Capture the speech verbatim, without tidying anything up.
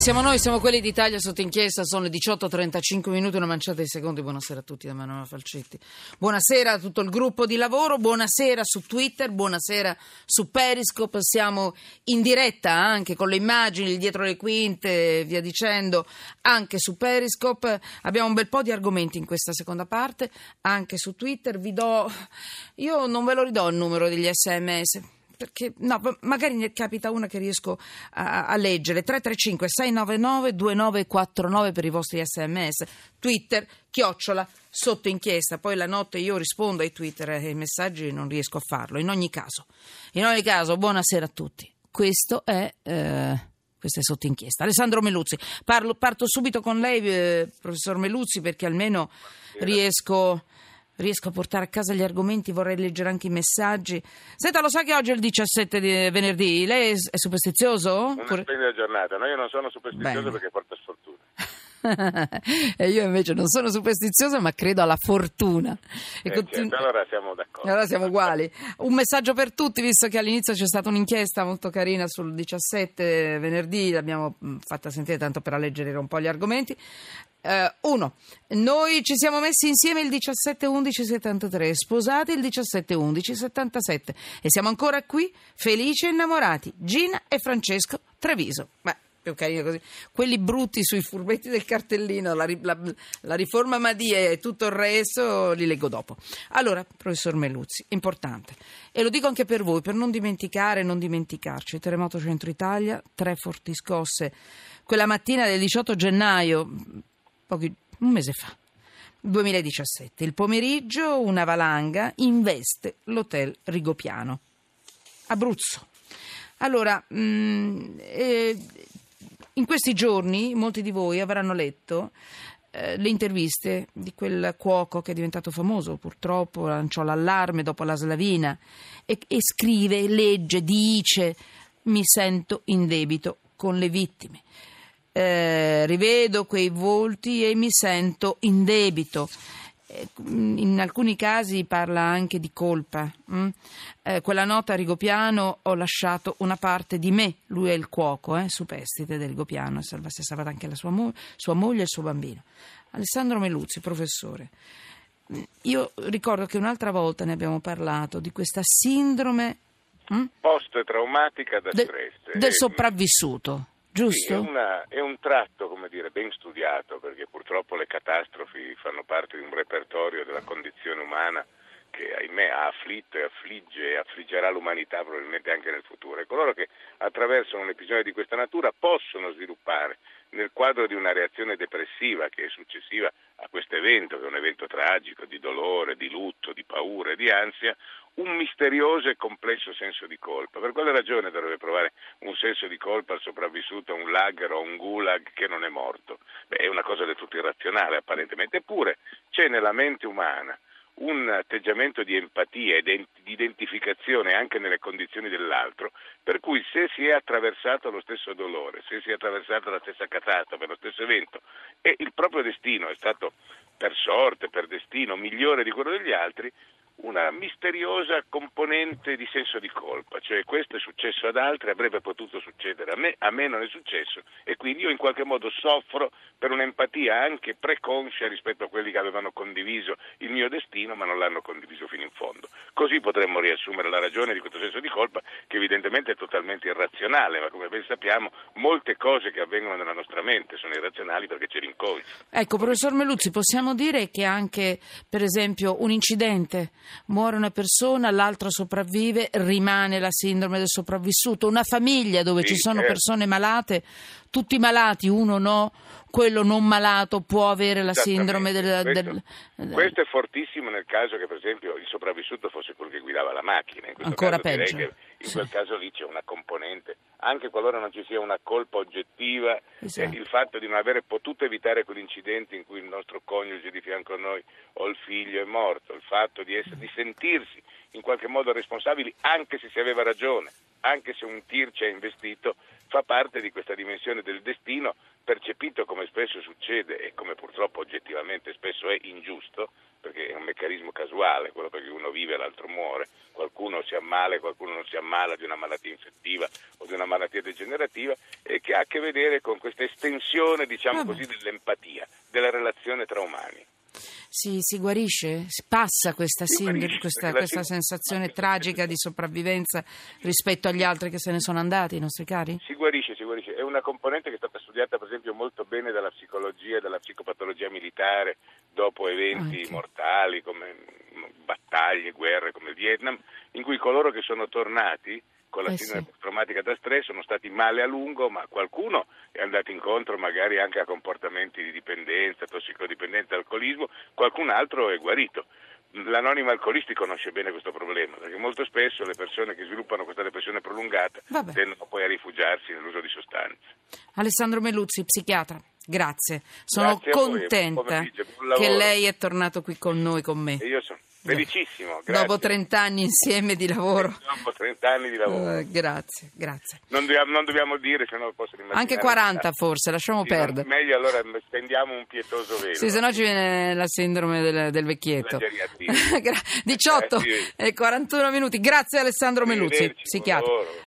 Siamo noi, siamo quelli d'Italia sotto inchiesta, sono le diciotto e trentacinque minuti, una manciata di secondi. Buonasera a tutti da Manuela Falcetti. Buonasera a tutto il gruppo di lavoro, buonasera su Twitter, buonasera su Periscope. Siamo in diretta anche con le immagini, il dietro le quinte e via dicendo, anche su Periscope. Abbiamo un bel po' di argomenti in questa seconda parte, anche su Twitter. Vi do, io non ve lo ridò il numero degli sms. Perché no, magari ne capita una che riesco a, a leggere. Tre tre cinque sei nove nove due nove quattro nove per i vostri sms. Twitter chiocciola sotto inchiesta. Poi la notte io rispondo ai Twitter e ai messaggi non riesco a farlo. In ogni caso, in ogni caso, buonasera a tutti. Questo è eh, questa è sotto inchiesta. Alessandro Meluzzi, parlo, parto subito con lei, eh, professor Meluzzi, perché almeno riesco riesco a portare a casa gli argomenti, vorrei leggere anche i messaggi. Senta, lo sa che oggi è il diciassette di venerdì? Lei è superstizioso? Una splendida giornata. No, io non sono superstizioso. Bene. Perché porta sfortuna. E io invece non sono superstiziosa, ma credo alla fortuna. E eh, continu- certo, allora siamo d'accordo. Allora siamo uguali. Un messaggio per tutti, visto che all'inizio c'è stata un'inchiesta molto carina sul diciassette venerdì, l'abbiamo fatta sentire tanto per alleggerire un po' gli argomenti. Uh, uno, noi ci siamo messi insieme il diciassette undici settantatré, sposati il diciassette undici settantasette e siamo ancora qui, felici e innamorati, Gina e Francesco Treviso. Beh, più carino così. Quelli brutti sui furbetti del cartellino, la, la, la riforma Madia e tutto il resto li leggo dopo. Allora, professor Meluzzi, importante, e lo dico anche per voi, per non dimenticare, non dimenticarci, terremoto Centro Italia, tre forti scosse quella mattina del diciotto gennaio, pochi, un mese fa, duemiladiciassette. Il pomeriggio una valanga investe l'hotel Rigopiano, Abruzzo. Allora, mh, eh, in questi giorni molti di voi avranno letto eh, le interviste di quel cuoco che è diventato famoso, purtroppo lanciò l'allarme dopo la Slavina e, e scrive, legge, dice: mi sento in debito con le vittime. Eh, rivedo quei volti e mi sento in debito. Eh, in alcuni casi parla anche di colpa. Mm? Eh, quella nota a Rigopiano: ho lasciato una parte di me. Lui è il cuoco, eh, superstite del Rigopiano, si è salvata anche la sua, mo- sua moglie e il suo bambino. Alessandro Meluzzi, professore, io ricordo che un'altra volta ne abbiamo parlato di questa sindrome mm? post-traumatica da De- stress del sopravvissuto. Giusto? Sì, è, una, è un tratto, come dire, ben studiato, perché purtroppo le catastrofi fanno parte di un repertorio della condizione umana che, ahimè, ha afflitto e affligge e affliggerà l'umanità probabilmente anche nel futuro. E coloro che attraversano un'episodio di questa natura possono sviluppare, nel quadro di una reazione depressiva che è successiva a questo evento, che è un evento tragico, di dolore, di lutto, di paura e di ansia, un misterioso e complesso senso di colpa. Per quale ragione dovrebbe provare un senso di colpa il sopravvissuto a un lager o a un gulag che non è morto? Beh, è una cosa del tutto irrazionale apparentemente, eppure c'è nella mente umana un atteggiamento di empatia e di identificazione anche nelle condizioni dell'altro, per cui se si è attraversato lo stesso dolore, se si è attraversata la stessa catastrofe, lo stesso evento, e il proprio destino è stato per sorte, per destino, migliore di quello degli altri, una misteriosa componente di senso di colpa, cioè questo è successo ad altri, avrebbe potuto succedere a me, a me non è successo, e quindi io in qualche modo soffro per un'empatia anche preconscia rispetto a quelli che avevano condiviso il mio destino ma non l'hanno condiviso fino in fondo. Così potremmo riassumere la ragione di questo senso di colpa, che evidentemente è totalmente irrazionale, ma come ben sappiamo molte cose che avvengono nella nostra mente sono irrazionali perché ci rinconsci. Ecco, professor Meluzzi, possiamo dire che anche, per esempio, un incidente, muore una persona, l'altra sopravvive, rimane la sindrome del sopravvissuto. Una famiglia dove sì, ci sono certo. persone malate, tutti malati, uno no, quello non malato può avere la sindrome del, questo, del... questo è fortissimo nel caso che per esempio il sopravvissuto fosse quello che guidava la macchina. In questo Ancora caso peggio. Direi che in sì. quel caso lì c'è una componente, anche qualora non ci sia una colpa oggettiva, esatto. eh, il fatto di non avere potuto evitare quell'incidente in cui il nostro coniuge di fianco a noi o il figlio è morto, il fatto di, essere, di sentirsi in qualche modo responsabili anche se si aveva ragione, anche se un tir ci ha investito, fa parte di questa dimensione del destino, percepito come spesso succede e come purtroppo oggettivamente spesso è ingiusto, perché è un meccanismo casuale, quello perché uno vive e l'altro muore, qualcuno si ammala e qualcuno non si ammala di una malattia infettiva o di una malattia degenerativa, e che ha a che vedere con questa estensione, diciamo Vabbè. così, dell'empatia, della relazione tra umani. Si, si guarisce? Si passa questa, Si sindrome, guarisce, questa, perché la questa sin- sensazione ma- tragica di sopravvivenza rispetto agli altri che se ne sono andati, i nostri cari? Si guarisce, si guarisce. È una componente che è stata studiata per esempio molto bene dalla psicologia e dalla psicopatologia militare dopo eventi Anche. mortali come battaglie, guerre come il Vietnam, in cui coloro che sono tornati con la Eh sindrome sì. traumatica da stress sono stati male a lungo, ma qualcuno è andato incontro magari anche a comportamenti di dipendenza, tossicodipendenza, alcolismo, qualcun altro è guarito. L'anonimo alcolisti conosce bene questo problema, perché molto spesso le persone che sviluppano questa depressione prolungata Vabbè. tendono poi a rifugiarsi nell'uso di sostanze. Alessandro Meluzzi, psichiatra, grazie. Sono Grazie a voi, buon contenta pomeriggio, buon che lavoro. lei è tornato qui con noi, con me. E io sono felicissimo, grazie. Dopo trent'anni insieme di lavoro. Dopo trent'anni di lavoro. Eh, grazie, grazie. Non dobbiamo, non dobbiamo dire, se no posso immaginare. Anche quaranta forse, lasciamo Sì, perdere. no, meglio allora stendiamo un pietoso velo. Sì, se no ci viene la sindrome del, del vecchietto. La geriatria. Gra- diciotto Eh, sì. e quarantuno minuti. Grazie Alessandro Meluzzi, Arrivederci, buon psichiatra. lavoro.